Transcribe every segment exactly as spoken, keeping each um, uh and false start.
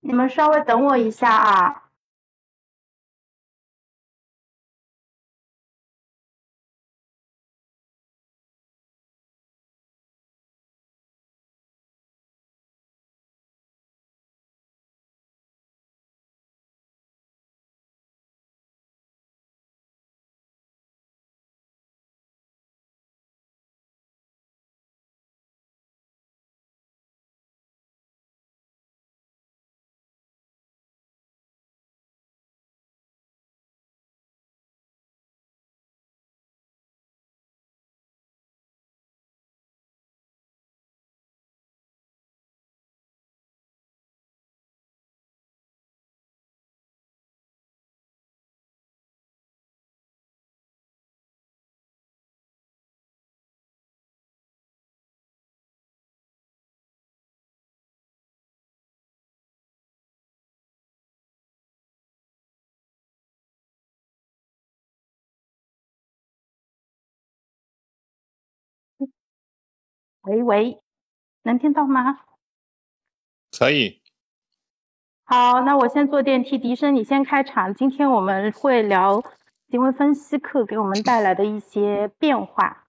你们稍微等我一下啊。喂喂，能听到吗？ 可以。 好，那我先坐电梯，笛声你先开场。今天我们会聊行为分析课给我们带来的一些变化。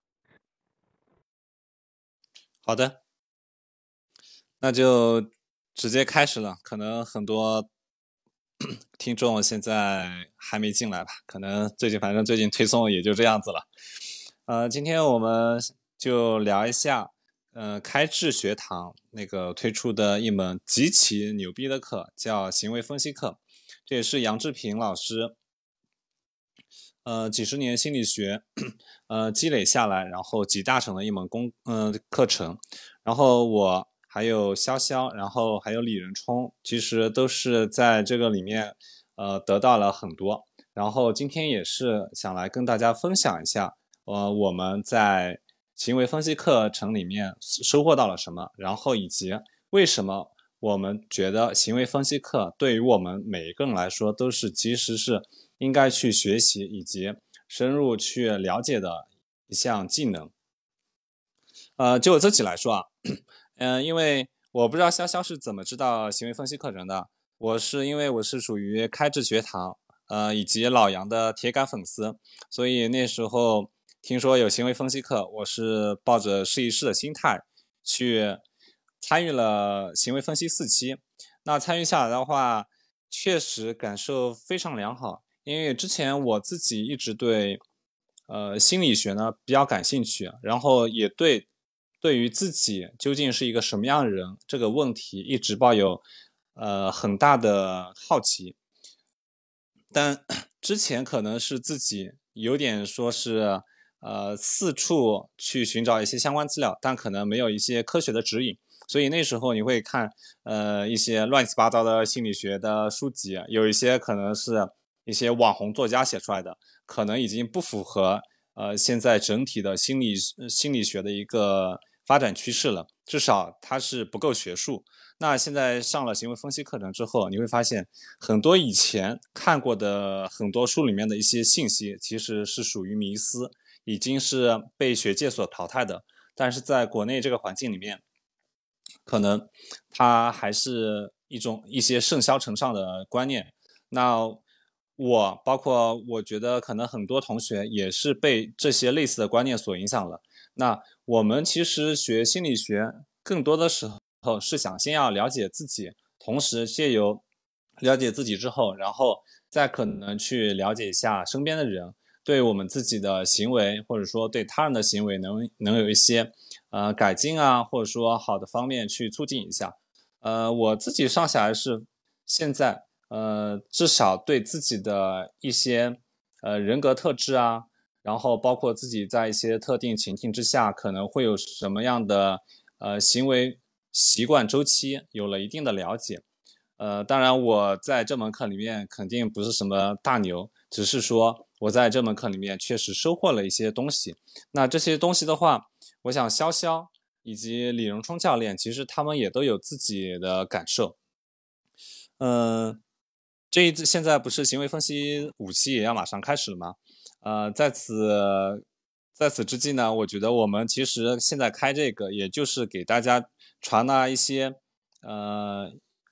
好的，那就直接开始了。可能很多听众现在还没进来吧，可能最近反正最近推送也就这样子了。呃，今天我们就聊一下，呃，开智学堂那个推出的一门极其牛逼的课，叫行为分析课。这也是杨志平老师，呃，几十年心理学，呃，积累下来，然后集大成的一门功，呃，课程。然后我还有潇潇，然后还有李仁冲，其实都是在这个里面，呃，得到了很多。然后今天也是想来跟大家分享一下，呃，我们在行为分析课程里面收获到了什么，然后以及为什么我们觉得行为分析课对于我们每一个人来说都是其实是应该去学习以及深入去了解的一项技能。呃，就我自己来说啊，嗯、呃，因为我不知道潇潇是怎么知道行为分析课程的，我是因为我是属于开智学堂，呃，以及老杨的铁杆粉丝，所以那时候听说有行为分析课，我是抱着试一试的心态去参与了行为分析四期。那参与下来的话，确实感受非常良好，因为之前我自己一直对呃心理学呢比较感兴趣，然后也对对于自己究竟是一个什么样的人这个问题一直抱有呃很大的好奇。但之前可能是自己有点说是呃四处去寻找一些相关资料，但可能没有一些科学的指引，所以那时候你会看呃一些乱七八糟的心理学的书籍，有一些可能是一些网红作家写出来的，可能已经不符合呃现在整体的心理心理学的一个发展趋势了，至少它是不够学术。那现在上了行为分析课程之后，你会发现很多以前看过的很多书里面的一些信息，其实是属于迷思，已经是被学界所淘汰的。但是在国内这个环境里面，可能它还是一种一些盛嚣尘上的观念。那我包括我觉得可能很多同学也是被这些类似的观念所影响了。那我们其实学心理学更多的时候是想先要了解自己，同时借由了解自己之后，然后再可能去了解一下身边的人，对我们自己的行为或者说对他人的行为能能有一些呃改进啊，或者说好的方面去促进一下。呃，我自己上下来是现在呃至少对自己的一些呃人格特质啊，然后包括自己在一些特定情境之下可能会有什么样的呃行为习惯周期有了一定的了解。呃，当然我在这门课里面肯定不是什么大牛，只是说我在这门课里面确实收获了一些东西。那这些东西的话，我想潇潇以及李荣冲教练，其实他们也都有自己的感受。嗯、呃，这一次现在不是行为分析五期也要马上开始了吗？呃，在此在此之际呢，我觉得我们其实现在开这个，也就是给大家传达一些呃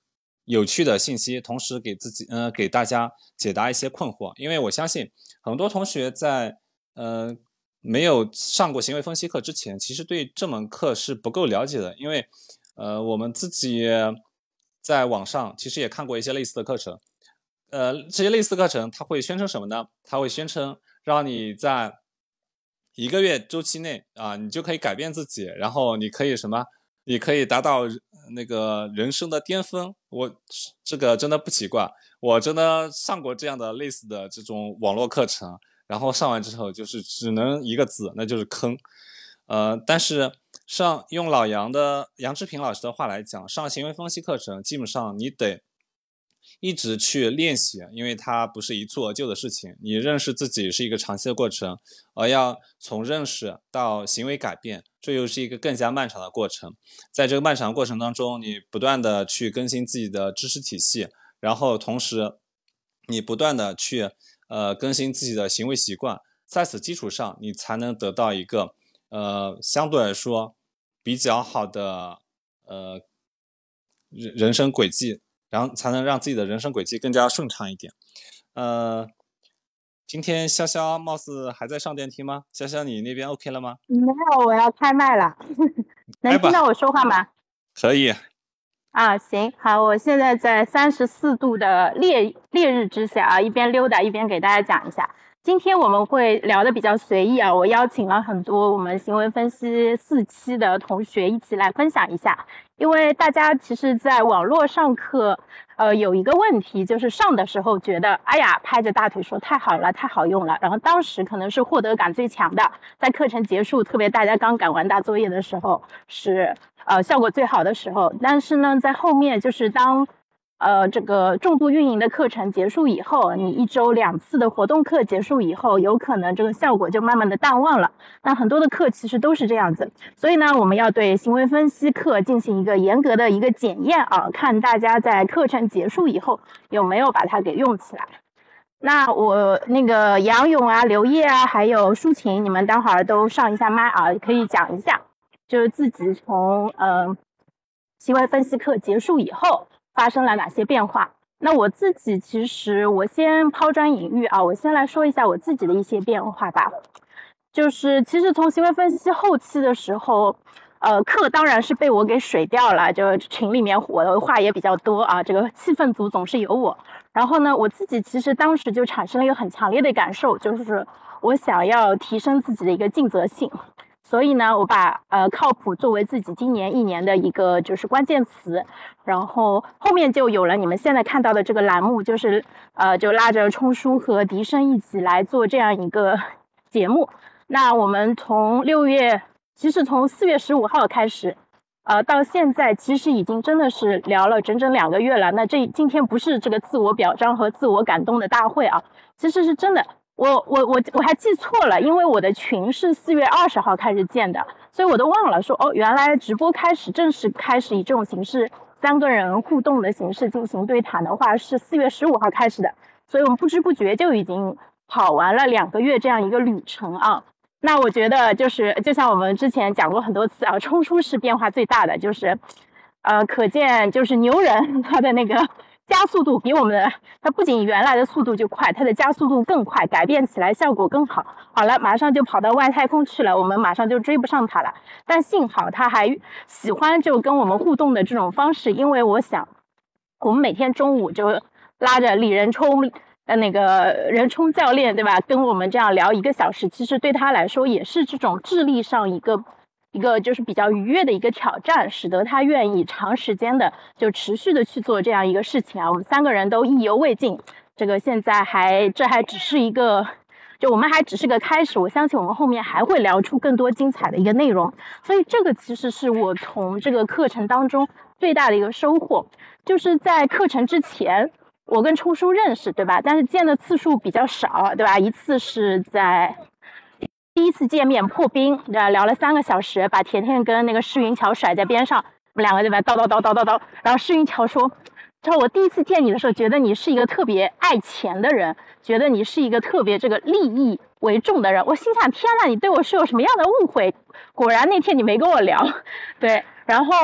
有趣的信息，同时给自己呃给大家解答一些困惑。因为我相信很多同学在呃没有上过行为分析课之前，其实对这门课是不够了解的。因为呃我们自己在网上其实也看过一些类似的课程，呃这些类似的课程它会宣称什么呢？它会宣称让你在一个月周期内啊，你就可以改变自己，然后你可以什么？你可以达到那个人生的巅峰。我这个真的不奇怪，我真的上过这样的类似的这种网络课程，然后上完之后就是只能一个字，那就是坑。呃，但是上用老杨的杨志平老师的话来讲，上行为分析课程基本上你得一直去练习，因为它不是一蹴而就的事情。你认识自己是一个长期的过程，而要从认识到行为改变，这又是一个更加漫长的过程。在这个漫长的过程当中，你不断的去更新自己的知识体系，然后同时你不断的去呃更新自己的行为习惯，在此基础上，你才能得到一个呃相对来说比较好的呃人人生轨迹。然后才能让自己的人生轨迹更加顺畅一点。呃，今天潇潇貌似还在上电梯吗？潇潇，你那边 OK 了吗？ 没有，我要开麦了。能听到我说话吗？ 可以。 啊，行，好，我现在在三十四度的烈烈日之下啊，一边溜达一边给大家讲一下。今天我们会聊的比较随意啊，我邀请了很多我们行为分析四期的同学一起来分享一下。因为大家其实在网络上课，呃，有一个问题就是上的时候觉得，哎呀，拍着大腿说太好了，太好用了，然后当时可能是获得感最强的，在课程结束，特别大家刚赶完大作业的时候，是呃效果最好的时候。但是呢，在后面就是当呃，这个重度运营的课程结束以后，你一周两次的活动课结束以后，有可能这个效果就慢慢的淡忘了。那很多的课其实都是这样子，所以呢，我们要对行为分析课进行一个严格的一个检验啊，看大家在课程结束以后有没有把它给用起来。那我那个杨勇啊、刘烨啊，还有舒琴，你们待会儿都上一下麦啊，可以讲一下，就是自己从呃行为分析课结束以后发生了哪些变化。那我自己其实我先抛砖引玉啊，我先来说一下我自己的一些变化吧。就是其实从行为分析后期的时候，呃，课当然是被我给水掉了，就群里面我的话也比较多啊，这个气氛组总是有我。然后呢，我自己其实当时就产生了一个很强烈的感受，就是我想要提升自己的一个尽责性。所以呢，我把呃靠谱作为自己今年一年的一个就是关键词，然后后面就有了你们现在看到的这个栏目，就是呃就拉着冲叔和笛声一起来做这样一个节目。那我们从六月，其实从四月十五号开始，呃到现在其实已经真的是聊了整整两个月了。那这今天不是这个自我表彰和自我感动的大会啊，其实是真的。我我我我还记错了，因为我的群是四月二十号开始建的，所以我都忘了说哦，原来直播开始正式开始以这种形式三个人互动的形式进行对谈的话是四月十五号开始的，所以我们不知不觉就已经跑完了两个月这样一个旅程啊。那我觉得就是就像我们之前讲过很多次啊，冲叔是变化最大的，就是呃可见就是牛人他的那个加速度比我们的，它不仅原来的速度就快，它的加速度更快，改变起来效果更好。好了，马上就跑到外太空去了，我们马上就追不上它了。但幸好他还喜欢就跟我们互动的这种方式，因为我想，我们每天中午就拉着李仁冲呃那个仁冲教练，对吧？跟我们这样聊一个小时，其实对他来说也是这种智力上一个。一个就是比较愉悦的一个挑战，使得他愿意长时间的就持续的去做这样一个事情啊。我们三个人都意犹未尽，这个现在还这还只是一个，就我们还只是个开始。我相信我们后面还会聊出更多精彩的一个内容，所以这个其实是我从这个课程当中最大的一个收获，就是在课程之前。我跟冲叔认识，对吧？但是见的次数比较少，对吧？一次是在第一次见面破冰，聊了三个小时，把甜甜跟那个施云桥甩在边上，我们两个对吧？叨叨叨叨叨叨。然后施云桥说：“知道我第一次见你的时候，觉得你是一个特别爱钱的人，觉得你是一个特别这个利益为重的人。”我心想：天呐，你对我是有什么样的误会？果然那天你没跟我聊，对。然后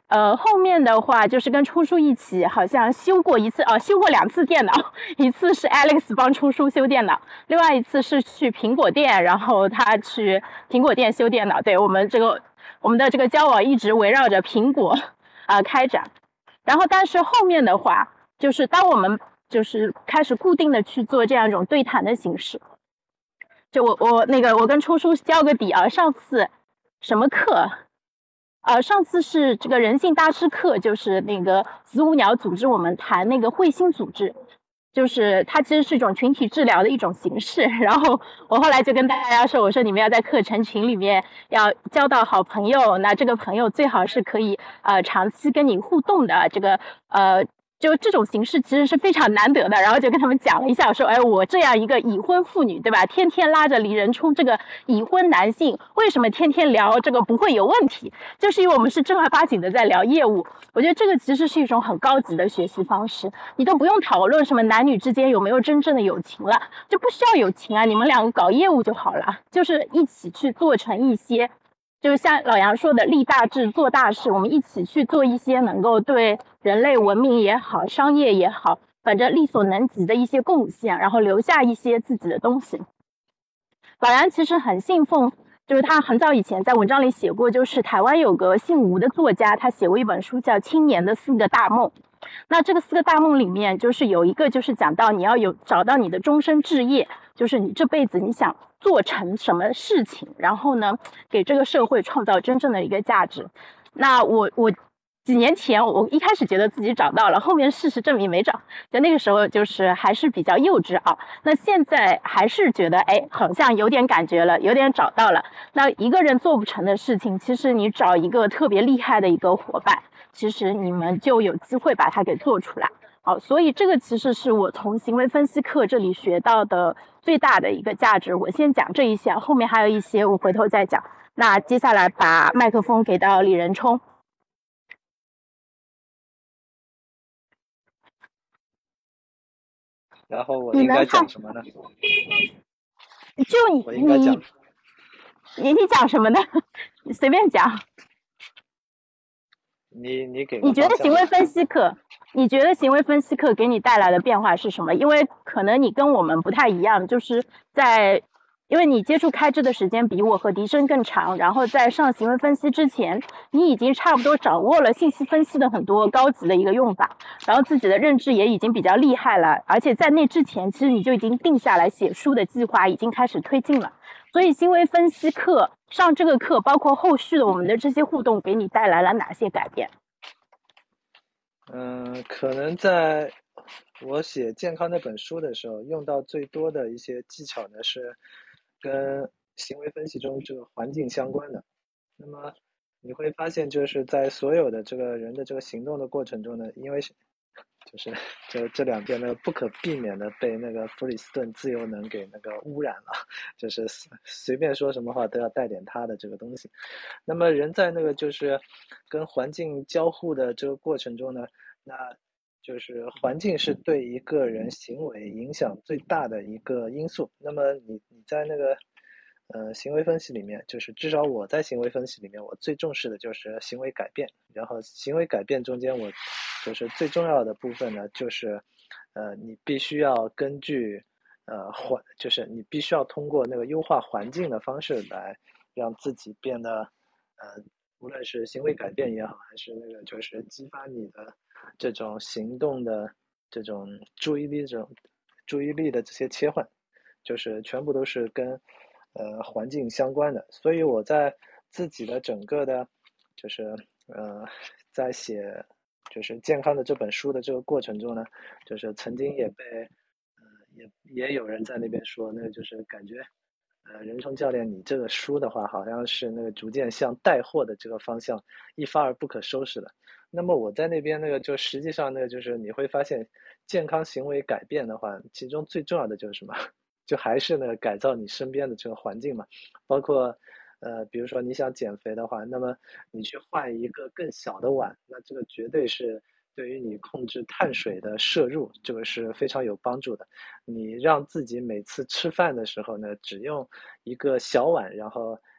呃，后面的话就是跟初叔一起，好像修过一次，哦，修过两次电脑，一次是 Alex 帮初叔修电脑，另外一次是去苹果店，然后他去苹果店修电脑。对，我们这个我们的这个交往一直围绕着苹果啊、呃、开展。然后，但是后面的话，就是当我们就是开始固定的去做这样一种对谈的形式，就我我那个我跟初叔交个底啊，上次什么课？呃，上次是这个人性大师课，就是那个子午鸟组织我们谈那个彗星组织，就是它其实是一种群体治疗的一种形式。然后我后来就跟大家说，我说你们要在课程群里面要交到好朋友，那这个朋友最好是可以呃长期跟你互动的，这个呃。就这种形式其实是非常难得的，然后就跟他们讲了一下，我说，哎，我这样一个已婚妇女，对吧？天天拉着李仁冲这个已婚男性，为什么天天聊这个不会有问题？就是因为我们是正儿八经的在聊业务。我觉得这个其实是一种很高级的学习方式，你都不用讨论什么男女之间有没有真正的友情了，就不需要友情啊，你们两个搞业务就好了，就是一起去做成一些。就像老杨说的，立大志做大事，我们一起去做一些能够对人类文明也好，商业也好，反正力所能及的一些贡献，然后留下一些自己的东西。老杨其实很信奉，就是他很早以前在文章里写过，就是台湾有个姓吴的作家，他写过一本书叫《青年的四个大梦》。那这个四个大梦里面，就是有一个就是讲到你要有找到你的终身志业，就是你这辈子你想做成什么事情，然后呢，给这个社会创造真正的一个价值。那我我几年前我一开始觉得自己找到了，后面事实证明没找，就那个时候就是还是比较幼稚啊。那现在还是觉得哎，好像有点感觉了，有点找到了。那一个人做不成的事情，其实你找一个特别厉害的一个伙伴，其实你们就有机会把它给做出来。好，所以这个其实是我从行为分析课这里学到的最大的一个价值。我先讲这一些，后面还有一些我回头再讲。那接下来把麦克风给到李仁冲。 然后我应该讲什么呢？ 就你我应该讲你你讲什么呢？你随便讲。 你你给你觉得行为分析课，你觉得行为分析课给你带来的变化是什么？因为可能你跟我们不太一样，就是在因为你接触开智的时间比我和笛声更长，然后在上行为分析之前，你已经差不多掌握了信息分析的很多高级的一个用法，然后自己的认知也已经比较厉害了，而且在那之前，其实你就已经定下来写书的计划，已经开始推进了。所以行为分析课上这个课，包括后续的我们的这些互动，给你带来了哪些改变？ 嗯，可能在我写健康那本书的时候，用到最多的一些技巧呢，是跟行为分析中这个环境相关的。那么你会发现，就是在所有的这个人的这个行动的过程中呢，因为就是这这两边呢不可避免的被那个弗里斯顿自由能给那个污染了，就是随便说什么话都要带点他的这个东西。那么人在那个就是跟环境交互的这个过程中呢，那就是环境是对一个人行为影响最大的一个因素。那么你你在那个呃行为分析里面，就是至少我在行为分析里面，我最重视的就是行为改变。然后行为改变中间，我就是最重要的部分呢，就是呃你必须要根据呃环，就是你必须要通过那个优化环境的方式来让自己变得呃无论是行为改变也好，还是那个就是激发你的这种行动的这种注意力这种注意力的这些切换，就是全部都是跟呃环境相关的。所以我在自己的整个的就是呃在写就是健康的这本书的这个过程中呢，就是曾经也被呃也也有人在那边说，那个就是感觉呃，仁冲教练，你这个书的话，好像是那个逐渐向带货的这个方向一发而不可收拾的。那么我在那边那个就实际上那个就是你会发现，健康行为改变的话，其中最重要的就是什么？就还是那个改造你身边的这个环境嘛，包括呃，比如说你想减肥的话，那么你去换一个更小的碗，那这个绝对是对于你控制碳水的摄入，这个是非常有帮助的。你让自己每次吃饭的时候呢，只用一个小碗，然后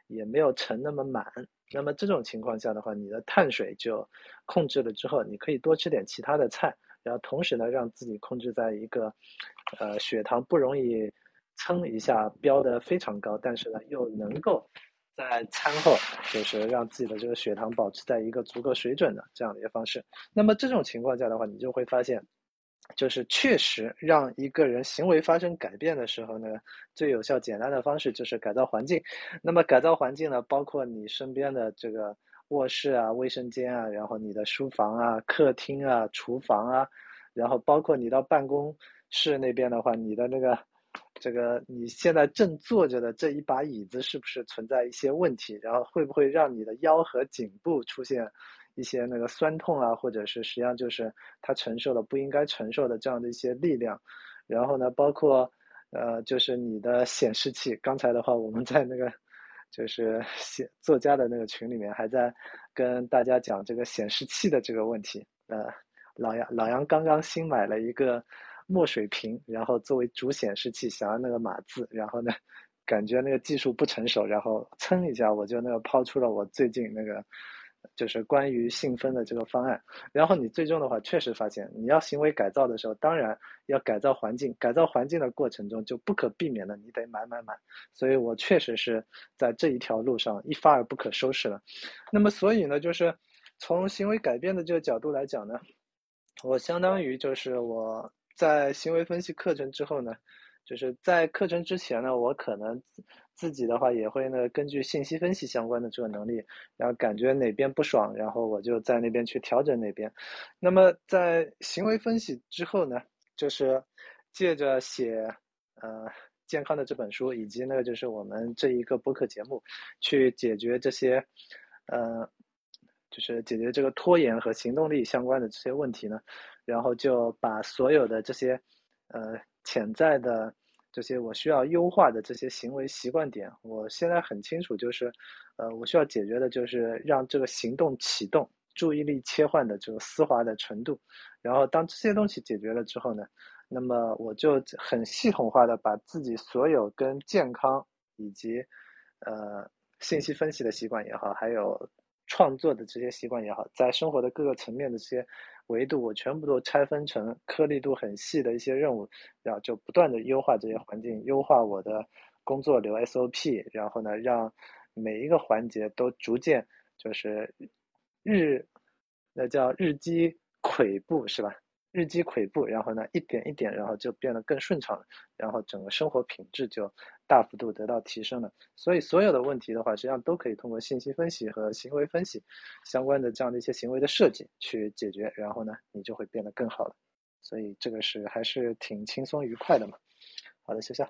也没有盛那么满。那么这种情况下的话，你的碳水就控制了之后，你可以多吃点其他的菜，然后同时呢，让自己控制在一个，呃，血糖不容易蹭一下飙得非常高，但是呢，又能够在餐后就是让自己的这个血糖保持在一个足够水准的这样的一个方式。那么这种情况下的话，你就会发现，就是确实让一个人行为发生改变的时候呢，最有效简单的方式就是改造环境。那么改造环境呢，包括你身边的这个卧室啊、卫生间啊，然后你的书房啊、客厅啊、厨房啊，然后包括你到办公室那边的话，你的那个这个你现在正坐着的这一把椅子是不是存在一些问题，然后会不会让你的腰和颈部出现一些那个酸痛啊，或者是实际上就是它承受了不应该承受的这样的一些力量。然后呢，包括呃，就是你的显示器，刚才的话我们在那个就是写作家的那个群里面还在跟大家讲这个显示器的这个问题。呃，老杨老杨刚刚新买了一个墨水屏，然后作为主显示器，想要那个码字，然后呢，感觉那个技术不成熟，然后蹭一下我就那个抛出了我最近那个就是关于性分的这个方案。然后你最终的话确实发现，你要行为改造的时候，当然要改造环境，改造环境的过程中就不可避免的你得买买买。所以我确实是在这一条路上一发而不可收拾了。那么所以呢，就是从行为改变的这个角度来讲呢，我相当于就是我在行为分析课程之后呢，就是在课程之前呢，我可能自己的话也会呢根据信息分析相关的这个能力，然后感觉哪边不爽，然后我就在那边去调整哪边。那么在行为分析之后呢，就是借着写呃健康的这本书，以及呢就是我们这一个播客节目，去解决这些呃就是解决这个拖延和行动力相关的这些问题呢，然后就把所有的这些呃潜在的这些我需要优化的这些行为习惯点，我现在很清楚，就是呃我需要解决的就是让这个行动启动、注意力切换的这个丝滑的程度。然后当这些东西解决了之后呢，那么我就很系统化的把自己所有跟健康以及呃信息分析的习惯也好，还有创作的这些习惯也好，在生活的各个层面的这些维度，我全部都拆分成颗粒度很细的一些任务，然后就不断的优化这些环境，优化我的工作流 S O P， 然后呢，让每一个环节都逐渐就是日，那叫日积跬步是吧？日积跬步，然后呢，一点一点，然后就变得更顺畅了，然后整个生活品质就大幅度得到提升了。所以所有的问题的话，实际上都可以通过信息分析和行为分析相关的这样的一些行为的设计去解决，然后呢，你就会变得更好了。所以这个是还是挺轻松愉快的嘛。好的，谢谢。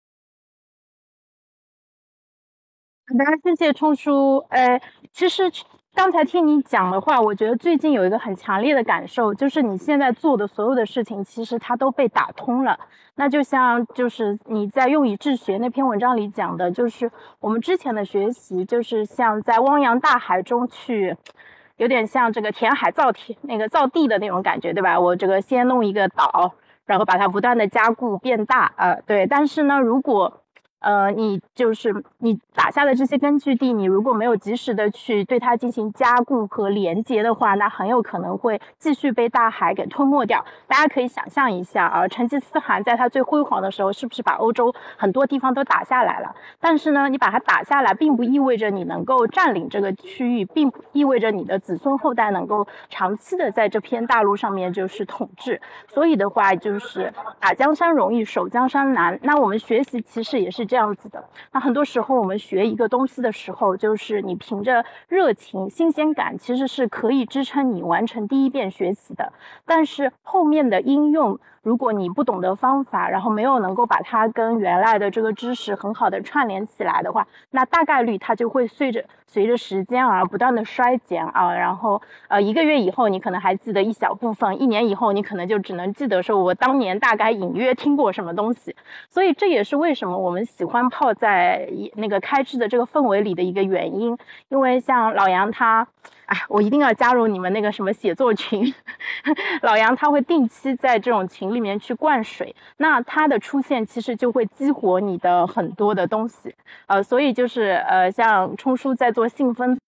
好的，谢谢冲叔。呃，其实刚才听你讲的话，我觉得最近有一个很强烈的感受，就是你现在做的所有的事情，其实它都被打通了。那就像就是你在用以治学那篇文章里讲的，就是我们之前的学习，就是像在汪洋大海中去，有点像这个填海造田那个造地的那种感觉，对吧？我这个先弄一个岛，然后把它不断的加固变大，呃，对。但是呢，如果呃，你就是你打下的这些根据地，你如果没有及时的去对它进行加固和连接的话，那很有可能会继续被大海给吞没掉。大家可以想象一下啊，成吉思汗在他最辉煌的时候，是不是把欧洲很多地方都打下来了？但是呢，你把它打下来，并不意味着你能够占领这个区域，并不意味着你的子孙后代能够长期的在这片大陆上面就是统治。所以的话，就是打江山容易，守江山难。那我们学习其实也是这样子的。那很多时候我们学一个东西的时候，就是你凭着热情、新鲜感，其实是可以支撑你完成第一遍学习的。但是后面的应用，如果你不懂得方法，然后没有能够把它跟原来的这个知识很好的串联起来的话，那大概率它就会随着随着时间而不断的衰减啊。然后呃一个月以后你可能还记得一小部分，一年以后你可能就只能记得说我当年大概隐约听过什么东西。所以这也是为什么我们喜欢泡在那个开智的这个氛围里的一个原因。因为像老杨他，哎，我一定要加入你们那个什么写作群，老杨他会定期在这种群里面去灌水，那他的出现其实就会激活你的很多的东西，呃，所以就是呃，像冲叔在做信分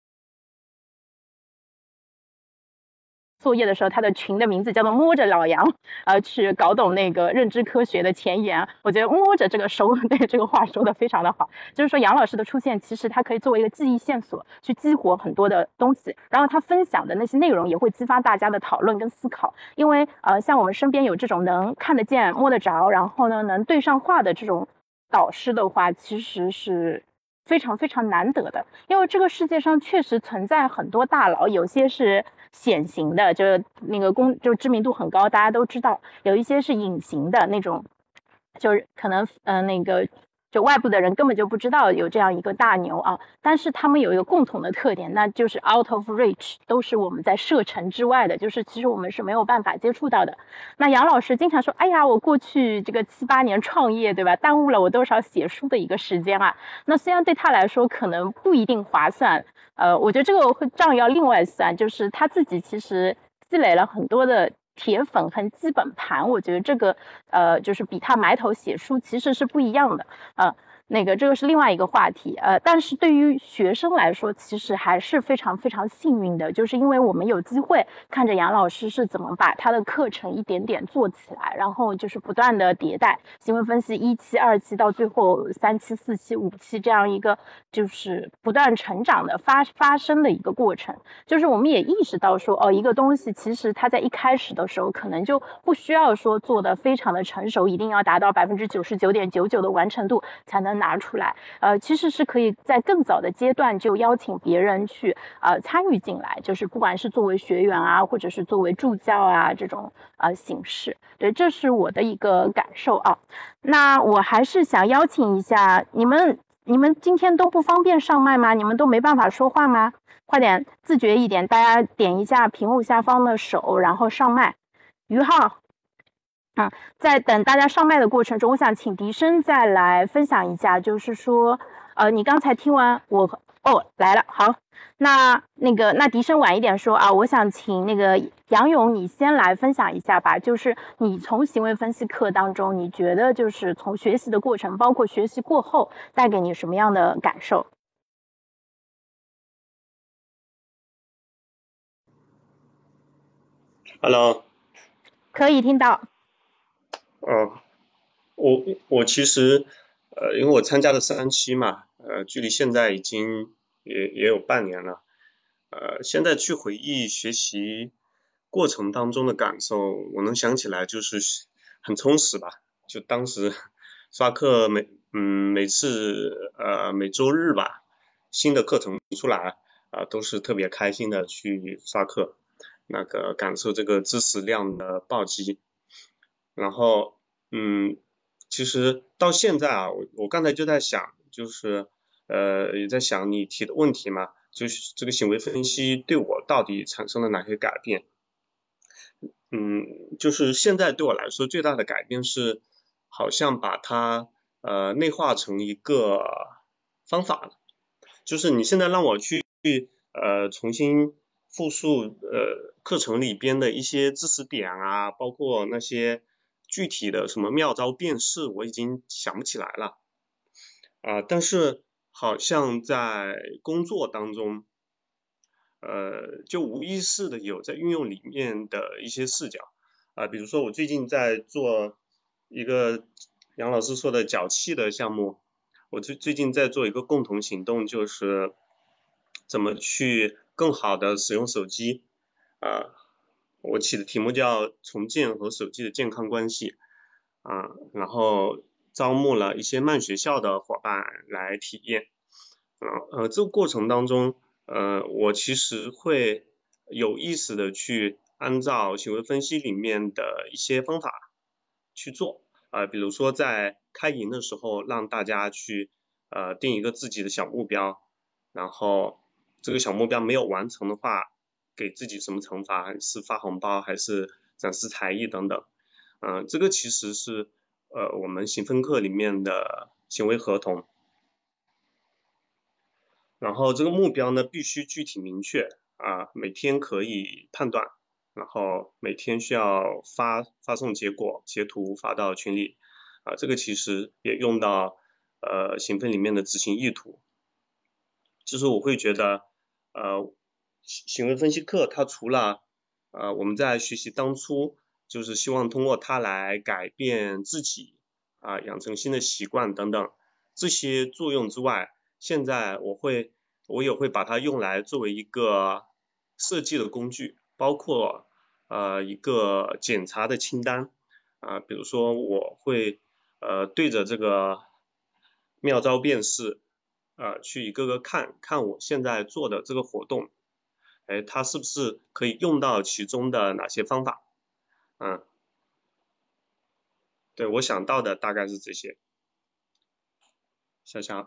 作业的时候，他的群的名字叫做摸着老杨，呃，去搞懂那个认知科学的前沿。我觉得摸着这个收，对这个话说的非常的好。就是说杨老师的出现，其实他可以作为一个记忆线索，去激活很多的东西，然后他分享的那些内容也会激发大家的讨论跟思考。因为呃，像我们身边有这种能看得见、摸得着，然后呢能对上话的这种导师的话，其实是非常非常难得的。因为这个世界上确实存在很多大佬，有些是显形的，就是那个公就知名度很高，大家都知道；有一些是隐形的那种，就是可能呃那个就外部的人根本就不知道有这样一个大牛啊。但是他们有一个共同的特点，那就是 out of reach， 都是我们在射程之外的，就是其实我们是没有办法接触到的。那杨老师经常说，哎呀，我过去这个七八年创业，对吧，耽误了我多少写书的一个时间啊。那虽然对他来说可能不一定划算，呃，我觉得这个账要另外算，就是他自己其实积累了很多的铁粉和基本盘，我觉得这个呃就是比他埋头写书其实是不一样的，呃。那个这个是另外一个话题，呃，但是对于学生来说，其实还是非常非常幸运的，就是因为我们有机会看着杨老师是怎么把他的课程一点点做起来，然后就是不断的迭代，行为分析一期、二期到最后三期、四期、五期这样一个就是不断成长的发发生的一个过程。就是我们也意识到说，哦，一个东西其实它在一开始的时候可能就不需要说做的非常的成熟，一定要达到百分之九十九点九九的完成度才能拿出来，呃，其实是可以在更早的阶段就邀请别人去呃参与进来，就是不管是作为学员啊，或者是作为助教啊这种呃形式，对，这是我的一个感受啊。那我还是想邀请一下你们，你们今天都不方便上麦吗？你们都没办法说话吗？快点自觉一点，大家点一下屏幕下方的手，然后上麦。于浩。嗯，在等大家上麦的过程中，我想请笛声再来分享一下，就是说，呃，你刚才听完我哦来了，好，那那个那笛声晚一点说啊，我想请那个杨勇你先来分享一下吧，就是你从行为分析课当中，你觉得就是从学习的过程，包括学习过后，带给你什么样的感受 ？Hello， 可以听到。 哦，我我其实呃，因为我参加了三期嘛，呃，距离现在已经也也有半年了，呃，现在去回忆学习过程当中的感受，我能想起来就是很充实吧。就当时刷课每嗯每次呃每周日吧，新的课程出来啊、呃，都是特别开心的去刷课，那个感受这个知识量的暴击。然后，嗯，其实到现在啊，我我刚才就在想，就是呃也在想你提的问题嘛，就是这个行为分析对我到底产生了哪些改变？嗯，就是现在对我来说最大的改变是，好像把它呃内化成一个方法了。就是你现在让我去呃重新复述呃课程里边的一些知识点啊，包括那些具体的什么妙招辨识，我已经想不起来了啊、呃。但是好像在工作当中，呃，就无意识的有在运用里面的一些视角啊、呃，比如说我最近在做一个杨老师说的脚气的项目，我最最近在做一个共同行动，就是怎么去更好的使用手机啊、呃，我起的题目叫重建和手机的健康关系啊、呃，然后招募了一些慢学校的伙伴来体验，啊呃这个过程当中。呃，我其实会有意识的去按照行为分析里面的一些方法去做，呃，比如说在开营的时候，让大家去呃定一个自己的小目标，然后这个小目标没有完成的话，给自己什么惩罚，还是发红包，还是展示才艺等等，嗯、呃，这个其实是呃我们行分课里面的行为合同。然后这个目标呢必须具体明确啊，每天可以判断，然后每天需要发发送结果，截图发到群里啊，这个其实也用到呃行分里面的执行意图。就是我会觉得呃行为分析课它除了呃我们在学习当初就是希望通过它来改变自己啊，养成新的习惯等等这些作用之外，现在我会我也会把它用来作为一个设计的工具，包括呃一个检查的清单啊，比如说我会呃对着这个妙招辨识啊去一个个看看我现在做的这个活动，哎，它是不是可以用到其中的哪些方法？嗯，对，我想到的大概是这些。小强。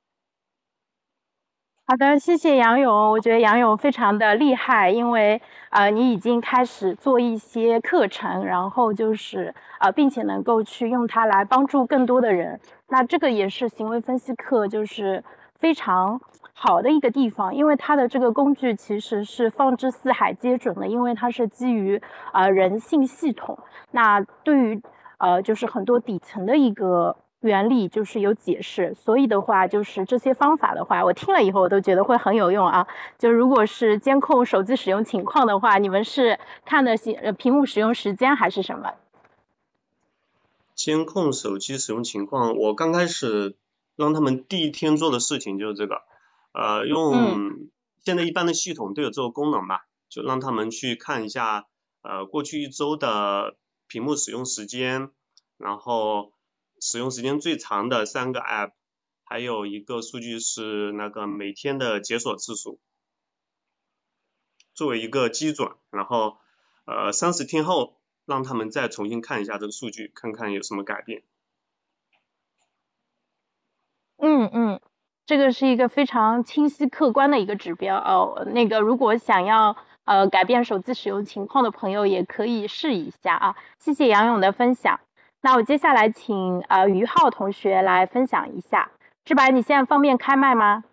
好的，谢谢杨勇。我觉得杨勇非常的厉害，因为呃，你已经开始做一些课程，然后就是呃，并且能够去用它来帮助更多的人。那这个也是行为分析课就是非常好的一个地方，因为它的这个工具其实是放之四海皆准的，因为它是基于呃人性系统。那对于呃就是很多底层的一个原理就是有解释，所以的话就是这些方法的话，我听了以后我都觉得会很有用啊。就如果是监控手机使用情况的话，你们是看的呃屏幕使用时间还是什么？ 监控手机使用情况，我刚开始让他们第一天做的事情就是这个，呃，用、嗯、现在一般的系统都有这个功能吧，就让他们去看一下呃过去一周的屏幕使用时间，然后使用时间最长的三个 app， 还有一个数据是那个每天的解锁次数，作为一个基准，然后呃三十天后让他们再重新看一下这个数据，看看有什么改变。 嗯嗯，这个是一个非常清晰客观的一个指标哦。那个如果想要呃改变手机使用情况的朋友，也可以试一下啊。谢谢杨勇的分享。那我接下来请呃于浩同学来分享一下。志白，你现在方便开麦吗？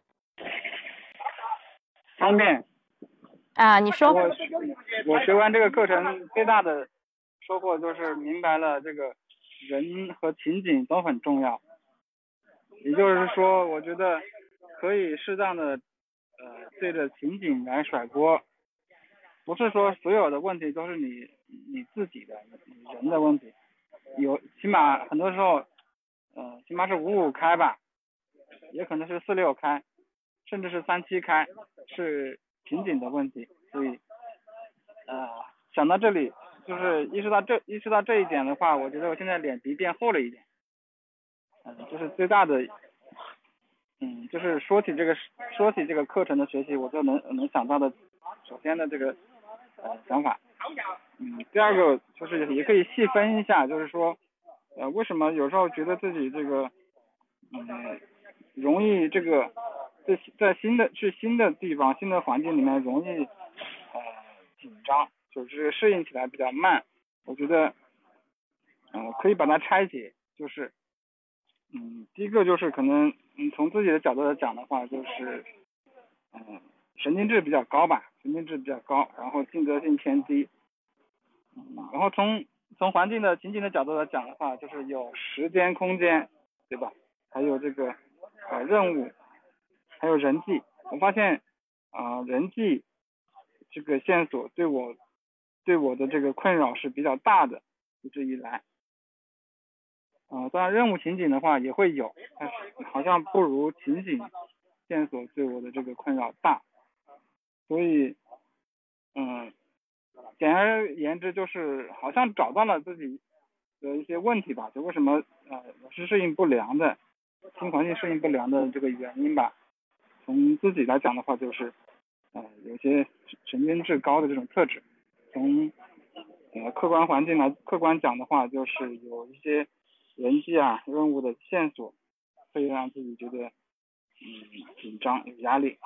方便。 啊，你说。 我我学完这个课程最大的收获就是明白了这个人和情景都很重要。也就是说，我觉得可以适当的呃对着情景来甩锅，不是说所有的问题都是你你自己的你人的问题，有起码很多时候呃起码是五五开吧，也可能是四六开，甚至是三七开，是情景的问题。所以呃想到这里，就是意识到这意识到这一点的话，我觉得我现在脸皮变厚了一点。嗯，这是最大的，嗯，就是说起这个说起这个课程的学习，我就能能想到的，首先的这个呃想法，嗯，第二个就是也可以细分一下，就是说，呃，为什么有时候觉得自己这个，嗯，容易这个在在新的去新的地方、新的环境里面容易呃紧张，就是适应起来比较慢。我觉得，嗯、呃，可以把它拆解，就是。嗯，第一个就是可能，嗯，从自己的角度来讲的话，就是，嗯，神经质比较高吧，神经质比较高，然后性格性偏低，嗯，然后从从环境的情景的角度来讲的话，就是有时间空间，对吧？还有这个呃任务，还有人际。我发现啊、呃，人际这个线索对我对我的这个困扰是比较大的，一直以来。啊、呃，当然任务情景的话也会有，但是好像不如情景线索对我的这个困扰大，所以，嗯，简而言之就是好像找到了自己的一些问题吧，就为什么呃我是适应不良的，新环境适应不良的这个原因吧。从自己来讲的话，就是呃有些神经质高的这种特质，从呃客观环境来客观讲的话，就是有一些人际啊任务的线索会让自己觉得嗯紧张有压力。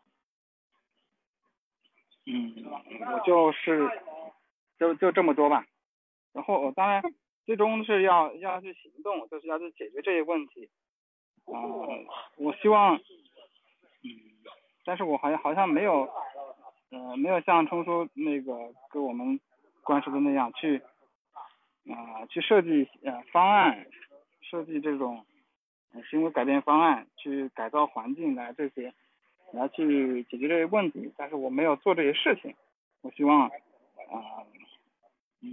嗯，我就是就就这么多吧。然后当然最终是要要去行动，就是要去解决这些问题。 呃，我希望，嗯，但是我好像好像没有，呃，没有像冲叔那个给我们灌输的那样去，啊、呃，去设计呃方案，设计这种、呃、行为改变方案，去改造环境来这些，来去解决这些问题。但是我没有做这些事情，我希望，啊、呃，嗯，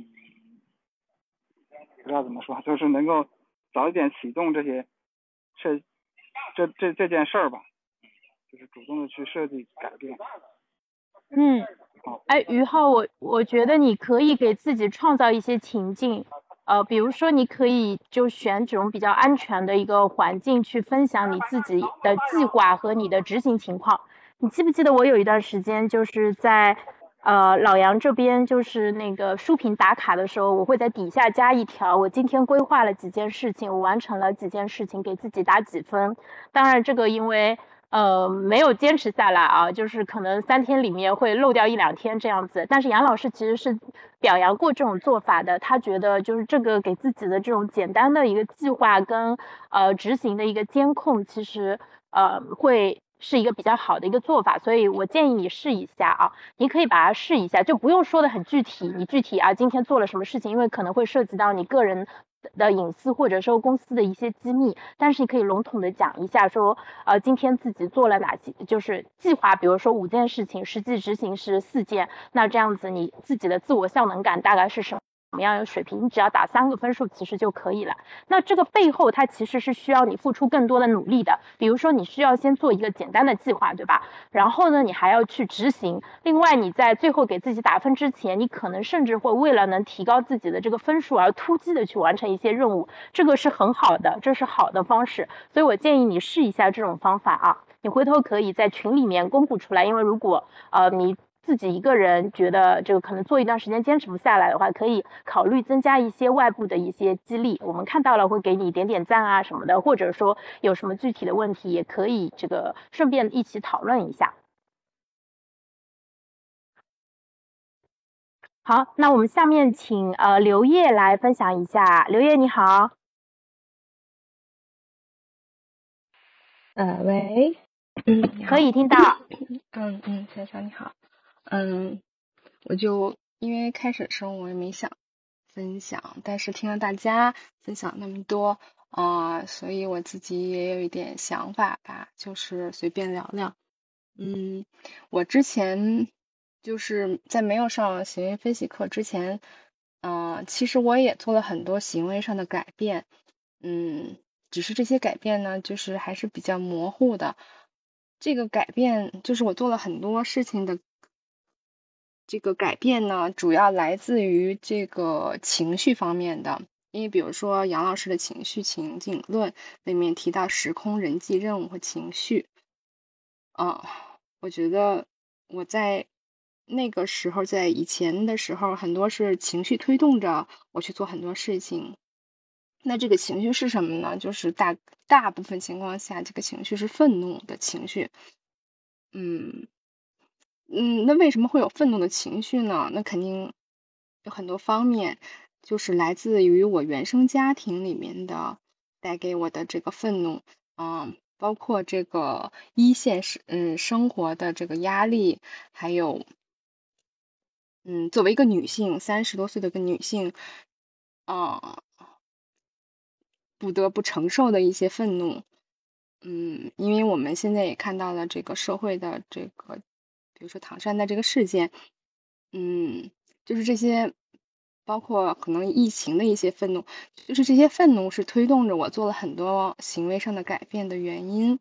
不知道怎么说，就是能够早一点启动这些，这这这这件事儿吧，就是主动的去设计改变。 嗯， 好， 哎，于浩，我我觉得你可以给自己创造一些情境，呃，比如说你可以就选这种比较安全的一个环境去分享你自己的计划和你的执行情况。你记不记得我有一段时间就是在呃老杨这边，就是那个书评打卡的时候，我会在底下加一条，我今天规划了几件事情，我完成了几件事情，给自己打几分。当然，这个因为呃没有坚持下来啊，就是可能三天里面会漏掉一两天这样子。但是杨老师其实是表扬过这种做法的，他觉得就是这个给自己的这种简单的一个计划跟呃执行的一个监控，其实呃会是一个比较好的一个做法，所以我建议你试一下啊，你可以把它试一下，就不用说的很具体，你具体啊今天做了什么事情，因为可能会涉及到你个人的隐私或者说公司的一些机密，但是你可以笼统的讲一下说，呃，今天自己做了哪些，就是计划，比如说五件事情，实际执行是四件，那这样子你自己的自我效能感大概是什么？什么样的水平，你只要打三个分数其实就可以了。那这个背后它其实是需要你付出更多的努力的，比如说你需要先做一个简单的计划，对吧？然后呢，你还要去执行。另外，你在最后给自己打分之前，你可能甚至会为了能提高自己的这个分数而突击的去完成一些任务，这个是很好的，这是好的方式。所以我建议你试一下这种方法啊，你回头可以在群里面公布出来，因为如果呃你自己一个人觉得这个可能做一段时间坚持不下来的话，可以考虑增加一些外部的一些激励。我们看到了会给你点点赞啊什么的，或者说有什么具体的问题，也可以这个顺便一起讨论一下。好，那我们下面请呃刘烨来分享一下。刘烨你好。 呃，喂，嗯，你好可以听到。 嗯嗯，小小你好，嗯，我就因为开始的时候我也没想分享，但是听了大家分享那么多啊、呃，所以我自己也有一点想法吧，就是随便聊聊。嗯，我之前就是在没有上行为分析课之前，呃，其实我也做了很多行为上的改变，嗯。只是这些改变呢，就是还是比较模糊的。这个改变就是我做了很多事情的这个改变呢，主要来自于这个情绪方面的。因为比如说杨老师的情绪情景论里面提到时空、人际、任务和情绪，啊、我觉得我在那个时候，在以前的时候，很多是情绪推动着我去做很多事情。那这个情绪是什么呢？就是大大部分情况下，这个情绪是愤怒的情绪。嗯嗯，那为什么会有愤怒的情绪呢？那肯定有很多方面，就是来自于我原生家庭里面的带给我的这个愤怒，嗯，包括这个一线生嗯生活的这个压力，还有嗯，作为一个女性，三十多岁的一个女性，啊、不得不承受的一些愤怒。嗯，因为我们现在也看到了这个社会的这个，比如说唐山的这个事件，嗯，就是这些，包括可能疫情的一些愤怒，就是这些愤怒是推动着我做了很多行为上的改变的原因。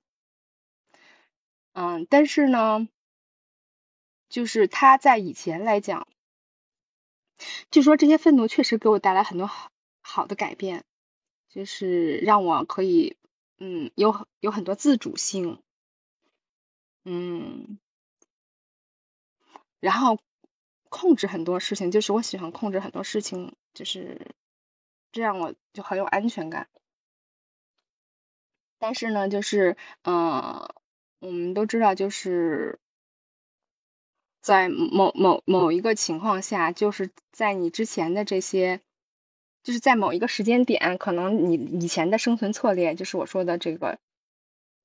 嗯，但是呢，就是他在以前来讲，就说这些愤怒确实给我带来很多好好的改变，就是让我可以，嗯，有有很多自主性，嗯，然后控制很多事情，就是我喜欢控制很多事情，就是这样我就很有安全感。但是呢，就是呃，我们都知道，就是在某某某一个情况下，就是在你之前的这些，就是在某一个时间点，可能你以前的生存策略，就是我说的这个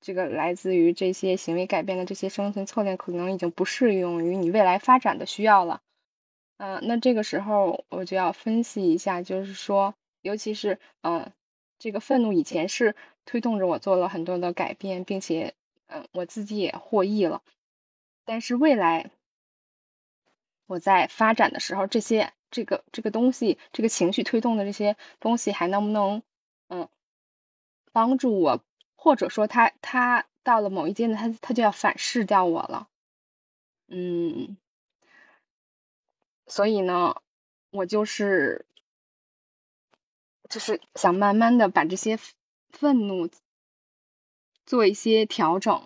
这个来自于这些行为改变的这些生存策略，可能已经不适用于你未来发展的需要了。嗯、那这个时候我就要分析一下，就是说，尤其是嗯、这个愤怒以前是推动着我做了很多的改变，并且嗯、我自己也获益了。但是未来我在发展的时候，这些这个这个东西，这个情绪推动的这些东西，还能不能嗯帮助我，或者说他他到了某一阶段，他他就要反噬掉我了。嗯，所以呢，我就是就是想慢慢的把这些愤怒做一些调整。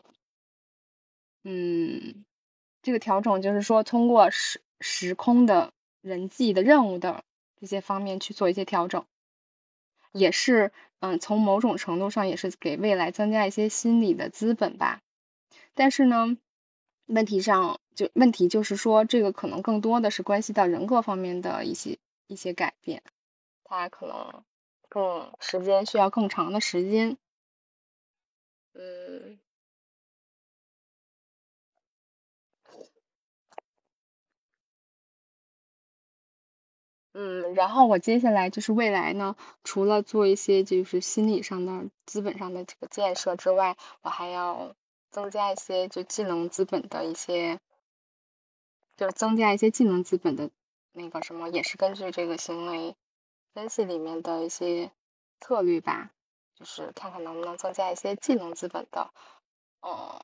嗯，这个调整就是说，通过时时空的人际的任务的这些方面去做一些调整，也是嗯，从某种程度上也是给未来增加一些心理的资本吧。但是呢，问题上就问题就是说，这个可能更多的是关系到人格方面的一些一些改变，它可能更时间需要更长的时间。嗯。嗯，然后我接下来就是未来呢，除了做一些就是心理上的、资本上的这个建设之外，我还要增加一些就技能资本的一些，就是增加一些技能资本的那个什么，也是根据这个行为分析里面的一些策略吧，就是看看能不能增加一些技能资本的，嗯，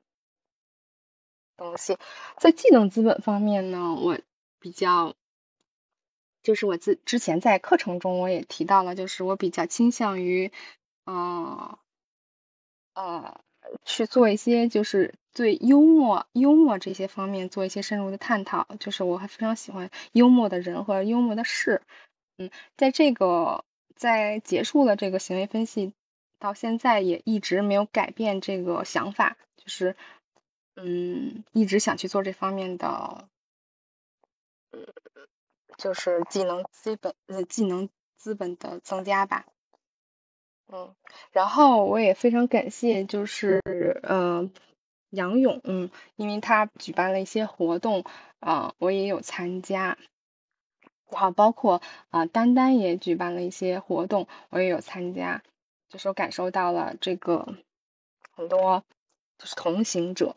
东西。在技能资本方面呢，我比较。就是我自之前在课程中我也提到了，就是我比较倾向于，嗯呃，去做一些就是对幽默、幽默这些方面做一些深入的探讨。就是我还非常喜欢幽默的人和幽默的事。嗯，在这个在结束了这个行为分析到现在，也一直没有改变这个想法，就是嗯，一直想去做这方面的。就是技能资本呃技能资本的增加吧。嗯，然后我也非常感谢就是呃杨勇，嗯，因为他举办了一些活动，啊、我也有参加。然后包括啊、呃丹丹也举办了一些活动，我也有参加，就是我感受到了这个很多就是同行者。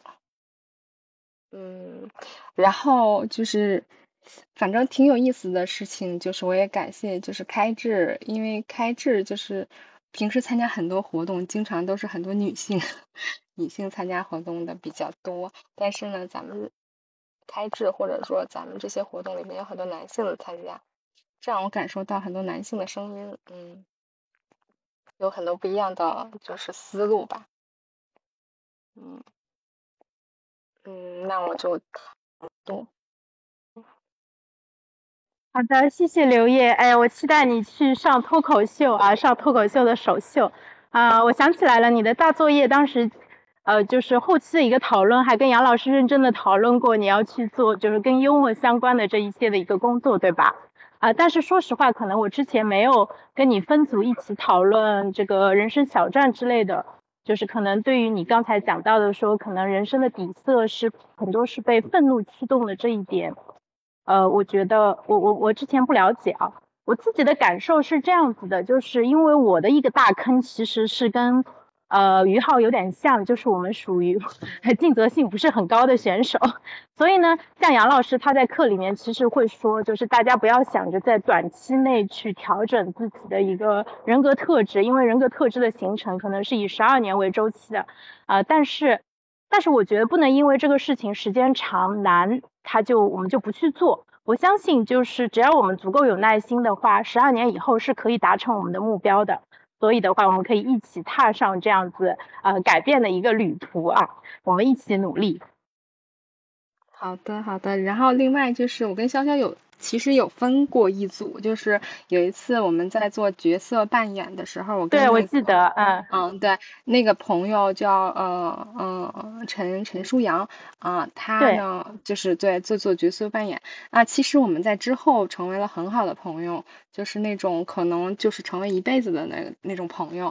嗯，然后就是反正挺有意思的事情，就是我也感谢就是开智，因为开智就是平时参加很多活动，经常都是很多女性女性参加活动的比较多，但是呢，咱们开智或者说咱们这些活动里面有很多男性的参加，这让我感受到很多男性的声音，嗯，有很多不一样的就是思路吧。嗯嗯，那我就多。 好的，谢谢刘烨。哎，我期待你去上脱口秀啊，上脱口秀的首秀啊！我想起来了，你的大作业当时，呃，就是后期的一个讨论，还跟杨老师认真的讨论过，你要去做就是跟幽默相关的这一些的一个工作，对吧？啊，但是说实话，可能我之前没有跟你分组一起讨论这个人生小站之类的，就是可能对于你刚才讲到的说，可能人生的底色是很多是被愤怒驱动的这一点。呃，我觉得我我我之前不了解啊，我自己的感受是这样子的，就是因为我的一个大坑其实是跟呃于浩有点像，就是我们属于尽责性不是很高的选手，所以呢，像杨老师他在课里面其实会说，就是大家不要想着在短期内去调整自己的一个人格特质，因为人格特质的形成可能是以十二年为周期的，啊、呃，但是。但是我觉得不能因为这个事情时间长难，他就我们就不去做。我相信就是只要我们足够有耐心的话，十二年以后是可以达成我们的目标的。所以的话，我们可以一起踏上这样子呃改变的一个旅途啊，我们一起努力。 好的，好的。然后另外就是我跟潇潇有其实有分过一组，就是有一次我们在做角色扮演的时候，我跟、 对， 那个、 我记得，嗯嗯，对，那个朋友叫呃嗯陈陈舒阳啊、呃，他呢就是对做做角色扮演啊。其实我们在之后成为了很好的朋友，就是那种可能就是成为一辈子的那那种朋友。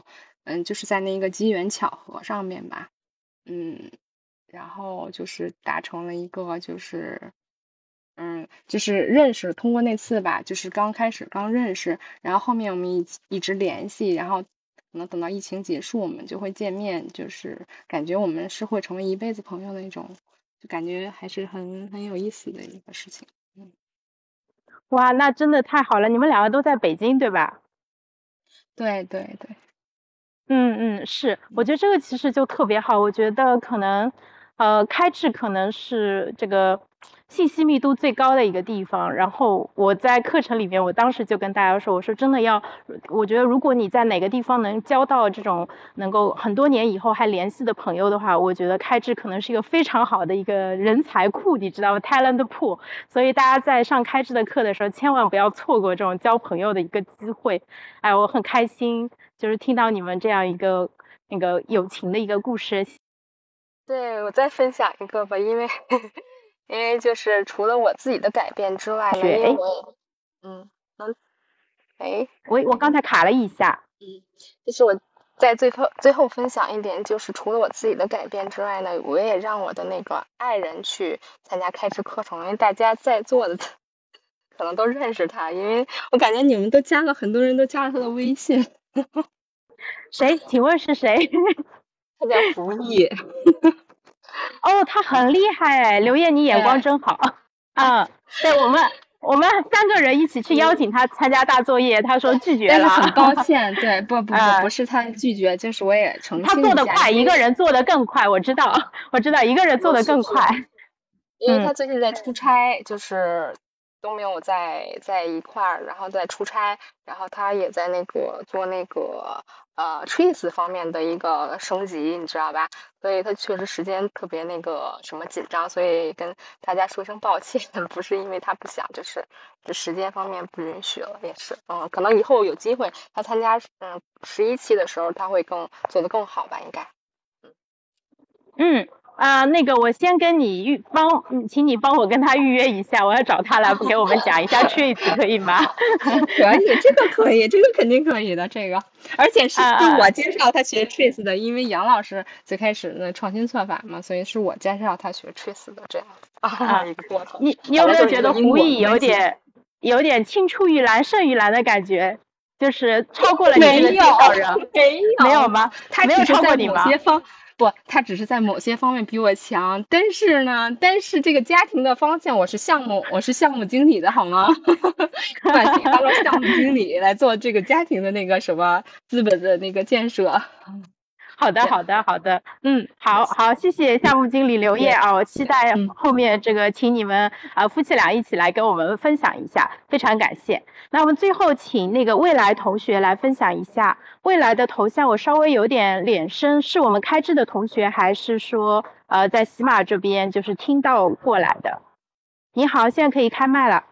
嗯，就是在那个机缘巧合上面吧，嗯，然后就是达成了一个就是嗯，就是认识，通过那次吧，就是刚开始刚认识，然后后面我们一起一直联系，然后可能等到疫情结束，我们就会见面，就是感觉我们是会成为一辈子朋友那种，就感觉还是很很有意思的一个事情。嗯， 哇，那真的太好了！你们两个都在北京，对吧？ 对对对， 嗯嗯，是，我觉得这个其实就特别好。我觉得可能，呃，开智可能是这个信息密度最高的一个地方。然后我在课程里面，我当时就跟大家说，我说真的要，我觉得如果你在哪个地方能交到这种能够很多年以后还联系的朋友的话，我觉得开智可能是一个非常好的一个人才库，你知道吗？talent pool。所以大家在上开智的课的时候，千万不要错过这种交朋友的一个机会。哎，我很开心。就是听到你们这样一个那个友情的一个故事。 对，我再分享一个吧，因为因为就是除了我自己的改变之外呢，因为我也嗯能哎， 我我刚才卡了一下， 嗯，就是我在最后最后分享一点，就是除了我自己的改变之外呢，我也让我的那个爱人去参加开智课程，因为大家在座的可能都认识他，因为我感觉你们都加了，很多人都加了他的微信。 谁？请问是谁？ 他叫胡毅。 哦，他很厉害哎，刘烨，你眼光真好。嗯，对我们我们三个人一起去邀请他参加大作业，他说拒绝了。 但是很抱歉，对，不不不，不是他拒绝，就是我也澄清他做的快，一个人做的更快，我知道，我知道，一个人做的更快。 因为他最近在出差，就是都没有在在一块儿，然后在出差，然后他也在那个做那个呃 Trace 方面的一个升级，你知道吧？所以他确实时间特别那个什么紧张，所以跟大家说声抱歉，不是因为他不想，就是这时间方面不允许了，也是，嗯，可能以后有机会他参加嗯十一期的时候，他会更做得更好吧，应该， 嗯。嗯啊、呃，那个，我先跟你预帮，请你帮我跟他预约一下，我要找他来给我们讲一下 Trace， 可以吗？ 可以，这个可以，这个肯定可以的，这个，而且是是我介绍他学 Trace 的，因为杨老师最开始的创新算法嘛，所以是我介绍他学 Trace 的这样啊一个过程。 你你有没有觉得胡毅有点有点青出于蓝胜于蓝的感觉？就是超过了你这个介绍人？ 没有， 没有吗？ 他没有超过你吗？ 不，他只是在某些方面比我强，但是呢，但是这个家庭的方向，我是项目，我是项目经理的好吗？把自己当做项目经理来做这个家庭的那个什么资本的那个建设。 好的，好的，好的，嗯，好好，谢谢项目经理刘烨啊，我期待后面这个，请你们啊夫妻俩一起来跟我们分享一下，非常感谢。那我们最后请那个未来同学来分享一下，未来的头像我稍微有点脸生，是我们开智的同学，还是说呃在喜马这边就是听到过来的？你好，现在可以开麦了。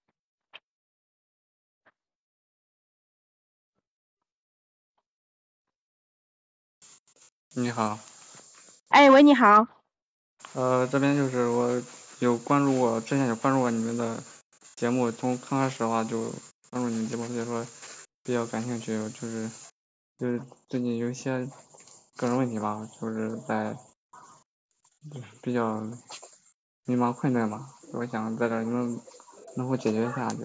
你好， 哎喂，你好。 呃，这边就是我有关注过，之前有关注过你们的节目，从刚开始的话就关注你们节目，所以说比较感兴趣，就是就是最近有一些个人问题吧，就是在就是比较迷茫困顿嘛，我想在这儿能能否解决一下，就是。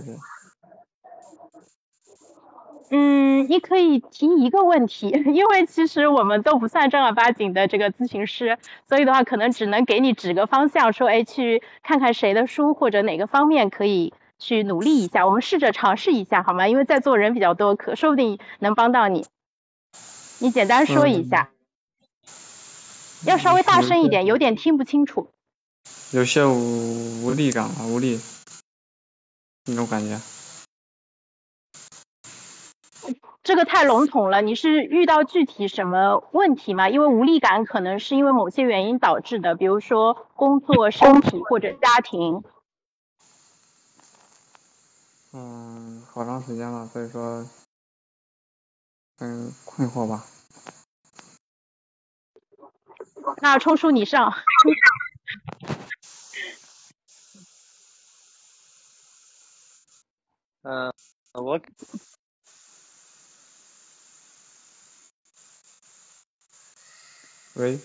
嗯，你可以提一个问题，因为其实我们都不算正儿八经的这个咨询师，所以的话可能只能给你指个方向，说，哎，去看看谁的书或者哪个方面可以去努力一下，我们试着尝试一下，好吗？因为在座人比较多，可说不定能帮到你。你简单说一下，嗯、要稍微大声一点，有点听不清楚。 有些无无力感啊，无力那种感觉。 这个太笼统了，你是遇到具体什么问题吗？因为无力感可能是因为某些原因导致的，比如说工作、身体或者家庭。 嗯，好长时间了，所以说，嗯，困惑吧。 那冲叔你上。 嗯、呃，我喂。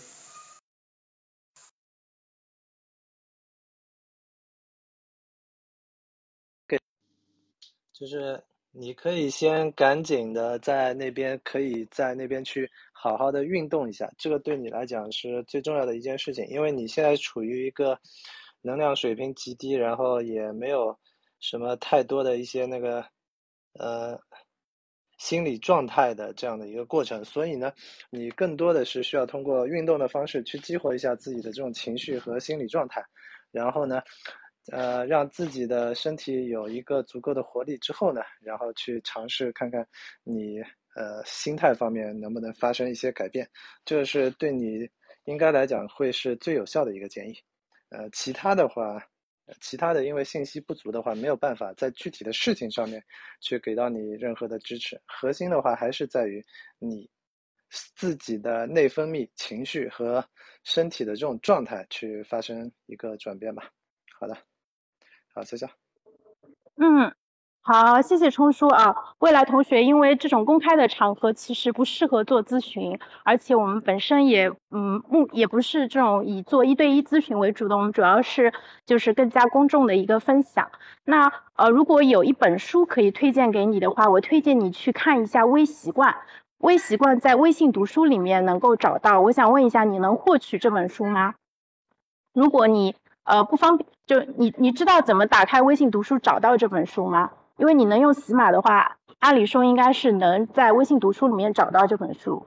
就是你可以先赶紧的在那边，可以在那边去好好的运动一下，这个对你来讲是最重要的一件事情，因为你现在处于一个能量水平极低，然后也没有什么太多的一些那个呃心理状态的这样的一个过程，所以呢，你更多的是需要通过运动的方式去激活一下自己的这种情绪和心理状态，然后呢。呃，让自己的身体有一个足够的活力之后呢，然后去尝试看看你呃心态方面能不能发生一些改变，这是对你应该来讲会是最有效的一个建议。呃，其他的话，其他的因为信息不足的话，没有办法在具体的事情上面去给到你任何的支持。核心的话还是在于你自己的内分泌、情绪和身体的这种状态去发生一个转变吧。好的。好，谢谢。 嗯，好，谢谢冲叔啊。未来同学因为这种公开的场合其实不适合做咨询，而且我们本身也嗯目也不是这种以做一对一咨询为主的，我们主要是就是更加公众的一个分享。那呃如果有一本书可以推荐给你的话，我推荐你去看一下《微习惯》。微习惯在微信读书里面能够找到，我想问一下，你能获取这本书吗？如果你呃不方便，就你你知道怎么打开微信读书找到这本书吗？因为你能用喜马的话，按理说应该是能在微信读书里面找到这本书。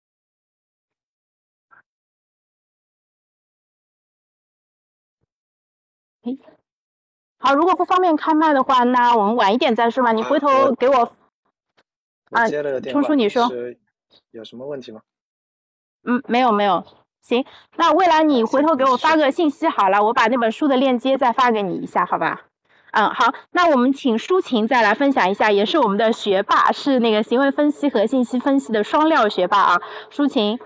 诶，好，如果不方便开麦的话，那我们晚一点再说吧。你回头给我。 我接了个电话， 冲叔你说是有什么问题吗？ 嗯，没有没有。行，那未来你回头给我发个信息好了，我把那本书的链接再发给你一下，好吧？嗯，好，那我们请舒晴再来分享一下，也是我们的学霸，是那个行为分析和信息分析的双料学霸啊，舒晴。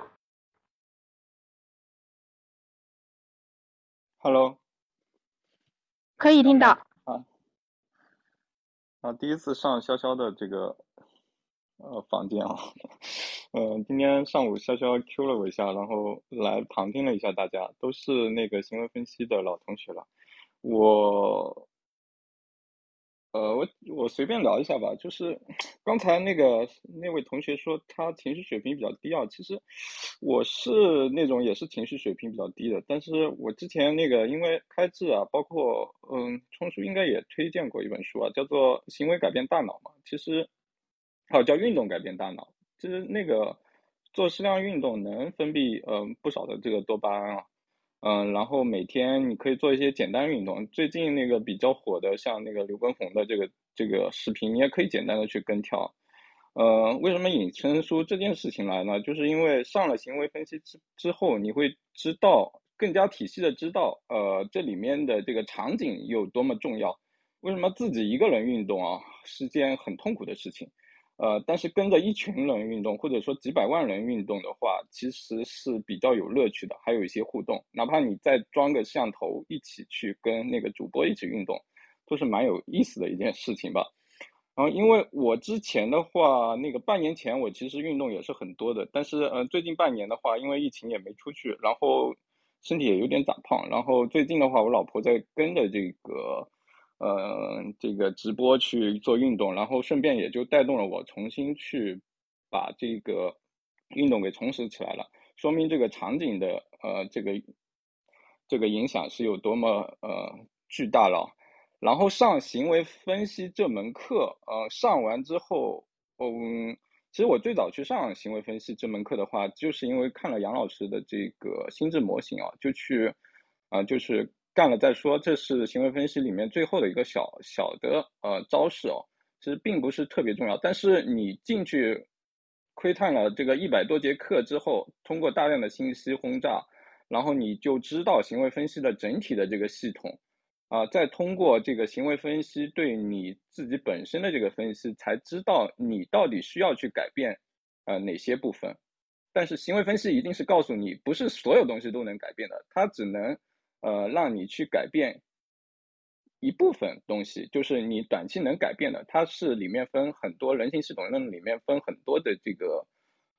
Hello。 可以听到。 啊。啊，第一次上潇潇的这个呃房间啊，呃，今天上午潇潇 Q 了我一下，然后来旁听了一下大家，都是那个行为分析的老同学了，我。呃，我我随便聊一下吧，就是刚才那个那位同学说他情绪水平比较低啊，其实我是那种也是情绪水平比较低的，但是我之前那个因为开智啊，包括嗯，冲叔应该也推荐过一本书啊，叫做《行为改变大脑》嘛，其实还有叫《运动改变大脑》，其实那个做适量运动能分泌嗯、呃、不少的这个多巴胺啊。嗯，然后每天你可以做一些简单运动。最近那个比较火的，像那个刘畊宏的这个这个视频，你也可以简单的去跟跳。呃，为什么引申出这件事情来呢？就是因为上了行为分析之之后，你会知道更加体系的知道，呃，这里面的这个场景有多么重要。为什么自己一个人运动啊是件很痛苦的事情？呃，但是跟着一群人运动，或者说几百万人运动的话，其实是比较有乐趣的，还有一些互动。哪怕你再装个摄像头，一起去跟那个主播一起运动，都是蛮有意思的一件事情吧。然后，因为我之前的话，那个半年前我其实运动也是很多的，但是呃，最近半年的话，因为疫情也没出去，然后身体也有点长胖，然后最近的话，我老婆在跟着这个。呃，这个直播去做运动，然后顺便也就带动了我重新去把这个运动给重拾起来了，说明这个场景的呃这个这个影响是有多么呃巨大了。然后上行为分析这门课，呃，上完之后，嗯，其实我最早去上行为分析这门课的话，就是因为看了杨老师的这个心智模型啊，就去啊、呃、就是。干了再说，这是行为分析里面最后的一个小小的呃招式哦，其实并不是特别重要。但是你进去窥探了这个一百多节课之后，通过大量的信息轰炸，然后你就知道行为分析的整体的这个系统啊、呃，再通过这个行为分析对你自己本身的这个分析，才知道你到底需要去改变呃哪些部分。但是行为分析一定是告诉你，不是所有东西都能改变的，它只能。呃，让你去改变一部分东西，就是你短期能改变的，它是里面分很多人性系统论里面分很多的这个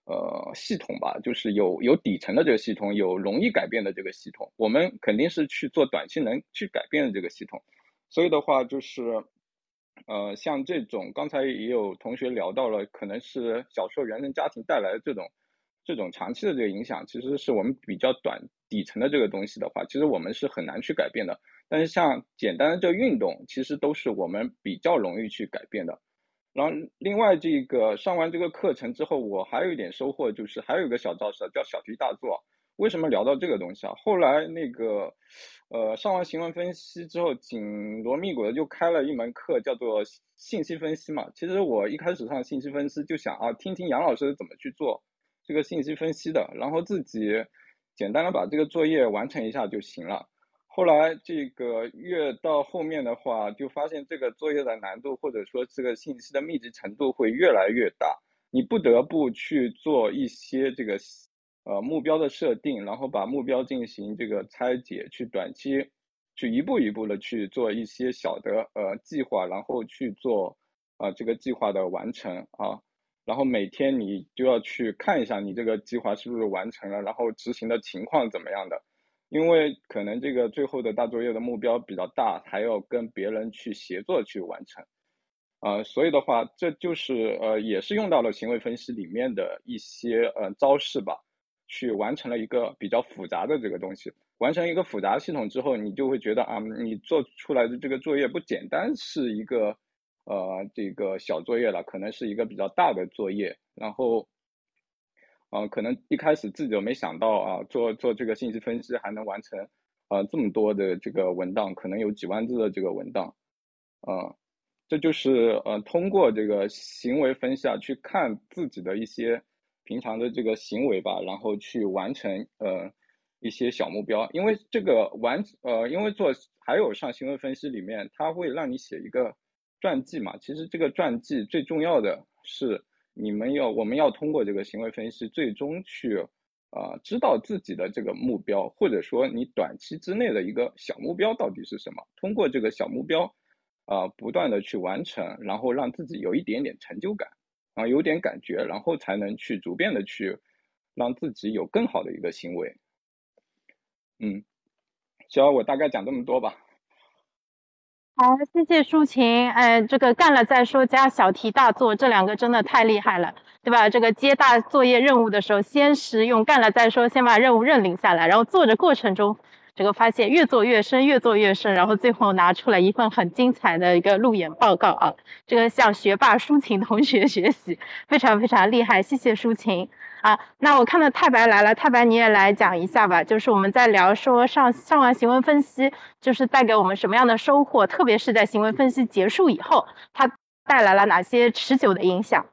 呃系统吧，就是有有底层的这个系统，有容易改变的这个系统，我们肯定是去做短期能去改变的这个系统。所以的话就是呃像这种刚才也有同学聊到了，可能是小时候原生家庭带来的这种这种长期的这个影响，其实是我们比较短底层的这个东西的话，其实我们是很难去改变的。但是像简单的这个运动，其实都是我们比较容易去改变的。然后另外这个上完这个课程之后，我还有一点收获，就是还有一个小招式叫小题大做。为什么聊到这个东西啊？后来那个呃上完行为分析之后，紧锣密鼓的就开了一门课，叫做信息分析嘛。其实我一开始上信息分析就想啊，听听杨老师怎么去做这个信息分析的，然后自己简单的把这个作业完成一下就行了。后来这个越到后面的话，就发现这个作业的难度或者说这个信息的密集程度会越来越大，你不得不去做一些这个呃目标的设定，然后把目标进行这个拆解，去短期去一步一步的去做一些小的呃计划，然后去做啊、呃、这个计划的完成啊。然后每天你就要去看一下你这个计划是不是完成了，然后执行的情况怎么样的。因为可能这个最后的大作业的目标比较大，还要跟别人去协作去完成，呃，所以的话，这就是呃，也是用到了行为分析里面的一些呃招式吧，去完成了一个比较复杂的这个东西。完成一个复杂系统之后，你就会觉得啊，你做出来的这个作业不简单是一个呃这个小作业了，可能是一个比较大的作业，然后。嗯、呃，可能一开始自己都没想到啊，做做这个信息分析还能完成，呃，这么多的这个文档，可能有几万字的这个文档，呃，这就是呃通过这个行为分析啊，去看自己的一些平常的这个行为吧，然后去完成呃一些小目标，因为这个完呃，因为做还有上行为分析里面，它会让你写一个传记嘛，其实这个传记最重要的是。你们要，我们要通过这个行为分析，最终去，呃，知道自己的这个目标，或者说你短期之内的一个小目标到底是什么。通过这个小目标，啊、呃，不断的去完成，然后让自己有一点点成就感，啊、呃，有点感觉，然后才能去逐渐的去让自己有更好的一个行为。嗯，希望我大概讲这么多吧。 好，谢谢抒情。哎，这个干了再说加小题大做，这两个真的太厉害了，对吧？这个接大作业任务的时候，先实用，干了再说，先把任务认领下来，然后做着过程中，这个发现越做越深，越做越深，然后最后拿出来一份很精彩的一个路演报告啊！这个向学霸抒情同学学习，非常非常厉害，谢谢抒情。啊，那我看到太白来了，太白你也来讲一下吧。就是我们在聊说上上完行为分析，就是带给我们什么样的收获，特别是在行为分析结束以后，它带来了哪些持久的影响？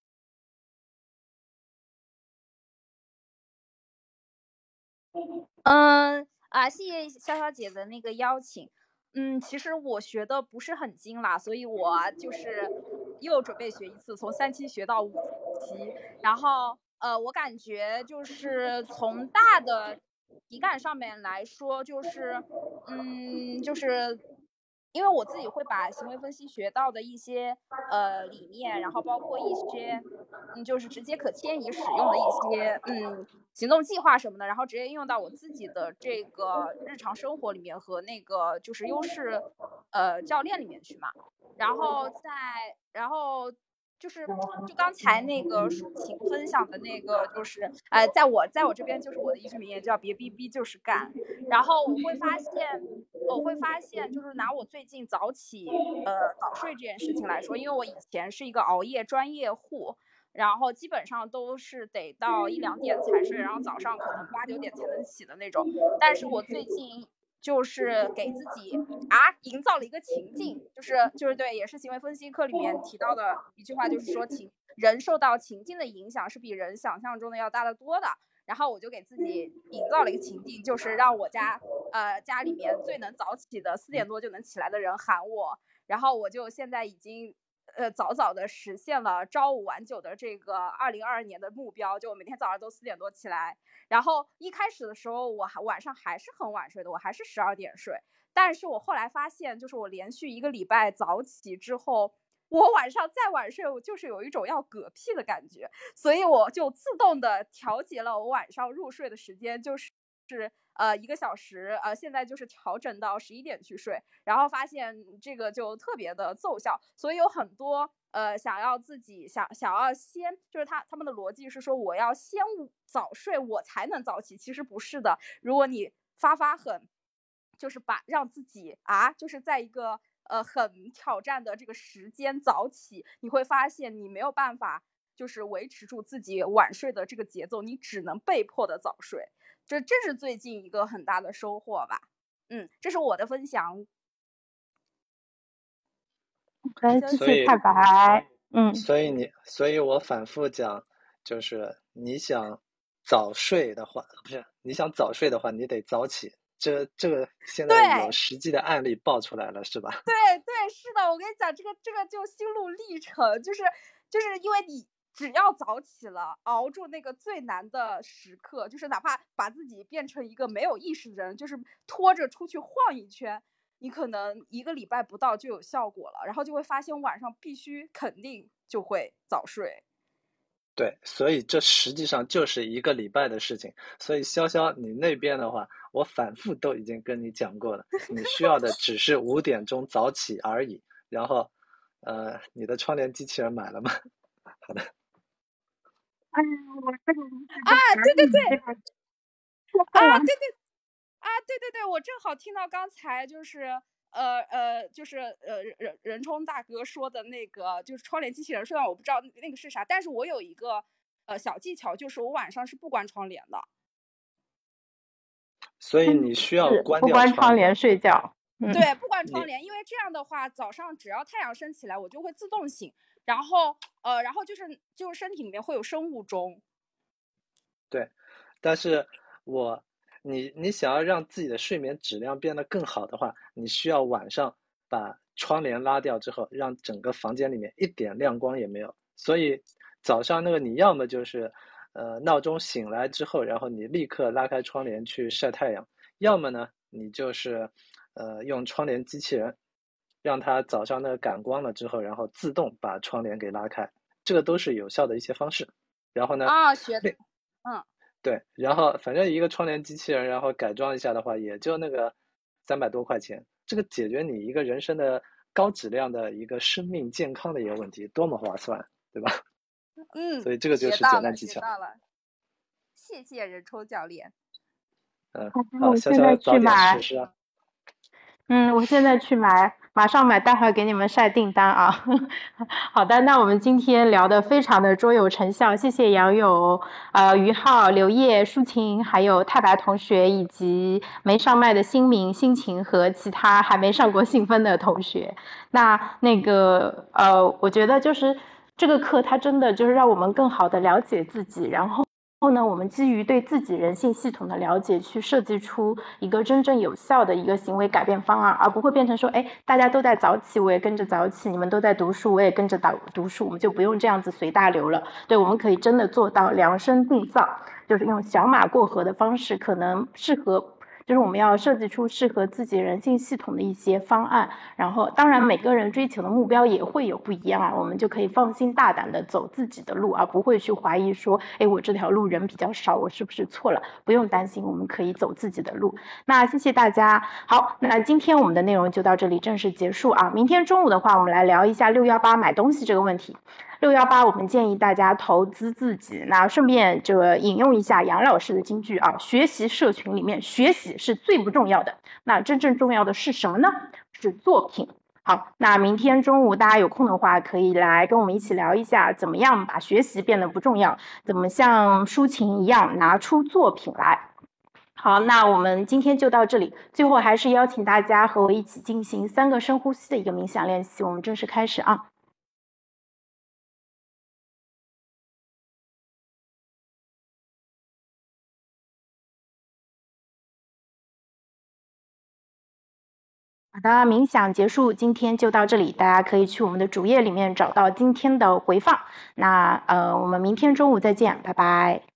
嗯啊，谢谢潇潇姐的那个邀请。嗯，其实我学的不是很精啦，所以我就是又准备学一次，从三期学到五期。然后呃，我感觉就是从大的体感上面来说，就是嗯，就是因为我自己会把行为分析学到的一些呃理念，然后包括一些嗯，就是直接可迁移使用的一些嗯行动计划什么的，然后直接应用到我自己的这个日常生活里面和那个就是优势呃教练里面去嘛。然后在然后就是就刚才那个抒情分享的那个，就是呃，在我在我这边就是我的一句名言叫别逼逼就是干。然后我会发现。我会发现，就是拿我最近早起，呃，早睡这件事情来说，因为我以前是一个熬夜专业户，然后基本上都是得到一两点才睡，然后早上可能八九点才能起的那种。但是我最近就是给自己啊营造了一个情境，就是就是对，也是行为分析课里面提到的一句话，就是说情人受到情境的影响是比人想象中的要大得多的。然后我就给自己营造了一个情境，就是让我家呃家里面最能早起的四点多就能起来的人喊我，然后我就现在已经呃早早的实现了朝五晚九的这个二零二二年的目标，就我每天早上都四点多起来。然后一开始的时候我还晚上还是很晚睡的，我还是十二点睡，但是我后来发现，就是我连续一个礼拜早起之后， 我晚上再晚睡，我就是有一种要嗝屁的感觉，所以我就自动的调节了我晚上入睡的时间，就是是呃一个小时，呃现在就是调整到十一点去睡，然后发现这个就特别的奏效，所以有很多呃想要自己想想要先就是他他们的逻辑是说我要先早睡我才能早起，其实不是的，如果你发发狠，就是把让自己啊就是在一个呃很挑战的这个时间早起，你会发现你没有办法就是维持住自己晚睡的这个节奏，你只能被迫的早睡。这这是最近一个很大的收获吧，嗯，这是我的分享。 OK，谢所以谢太白。嗯， 所以你，所以我反复讲，就是你想早睡的话，不是你想早睡的话，你得早起。这这个现在有实际的案例爆出来了，是吧？ 对对，是的，我跟你讲，这个这个就心路历程，就是就是因为你只要早起了，熬住那个最难的时刻，就是哪怕把自己变成一个没有意识的人，就是拖着出去晃一圈，你可能一个礼拜不到就有效果了，然后就会发现晚上必须肯定就会早睡。 对，所以这实际上就是一个礼拜的事情。所以潇潇，你那边的话，我反复都已经跟你讲过了，你需要的只是五点钟早起而已。然后，呃，你的窗帘机器人买了吗？好的。 哎呀，我这个啊，对对对，啊，对对，啊，对对对，我正好听到刚才就是呃呃，就是呃人人冲大哥说的那个，就是窗帘机器人，虽然我不知道那个是啥，但是我有一个呃小技巧，就是我晚上是不关窗帘的。 所以你需要关掉不关窗帘睡觉。 嗯、对，不关窗帘，因为这样的话，早上只要太阳升起来，我就会自动醒，然后呃，然后就是就是身体里面会有生物钟。 对，但是我你你想要让自己的睡眠质量变得更好的话，你需要晚上把窗帘拉掉之后，让整个房间里面一点亮光也没有。所以早上那个你要么就是呃闹钟醒来之后，然后你立刻拉开窗帘去晒太阳，要么呢你就是呃用窗帘机器人，让它早上那个感光了之后，然后自动把窗帘给拉开，这个都是有效的一些方式。然后呢啊，学的。嗯， 对，然后反正一个窗帘机器人，然后改装一下的话，也就那个三百多块钱，这个解决你一个人生的高质量的一个生命健康的一个问题，多么划算，对吧？ 嗯， 所以这个就是简单技巧。 学到了，谢谢人抽教练。 嗯， 好， 潇潇早点实施啊。 嗯，我现在去买，马上买，待会儿给你们晒订单啊。好的，那我们今天聊的非常的卓有成效，谢谢杨友、呃于浩、刘烨、舒晴，还有太白同学，以及没上麦的新明、心情和其他还没上过信分的同学。那那个呃，我觉得就是这个课，它真的就是让我们更好的了解自己，然后。后呢，我们基于对自己人性系统的了解，去设计出一个真正有效的一个行为改变方案，而不会变成说，哎，大家都在早起，我也跟着早起；你们都在读书，我也跟着读读书，我们就不用这样子随大流了。对，我们可以真的做到量身定造，就是用小马过河的方式，可能适合。就是我们要设计出适合自己人性系统的一些方案，然后当然每个人追求的目标也会有不一样啊，我们就可以放心大胆的走自己的路，而不会去怀疑说，哎，我这条路人比较少，我是不是错了？不用担心，我们可以走自己的路。那谢谢大家。好，那今天我们的内容就到这里正式结束啊。明天中午的话，我们来聊一下六一八买东西这个问题。六一八，我们建议大家投资自己。那顺便这个引用一下杨老师的金句啊，学习社群里面，学习是最不重要的，那真正重要的是什么呢？是作品。好，那明天中午大家有空的话，可以来跟我们一起聊一下，怎么样把学习变得不重要，怎么像抒情一样拿出作品来。好，那我们今天就到这里。最后还是邀请大家和我一起进行三个深呼吸的一个冥想练习。我们正式开始啊。好的，冥想结束，今天就到这里。大家可以去我们的主页里面找到今天的回放。那呃，我们明天中午再见，拜拜。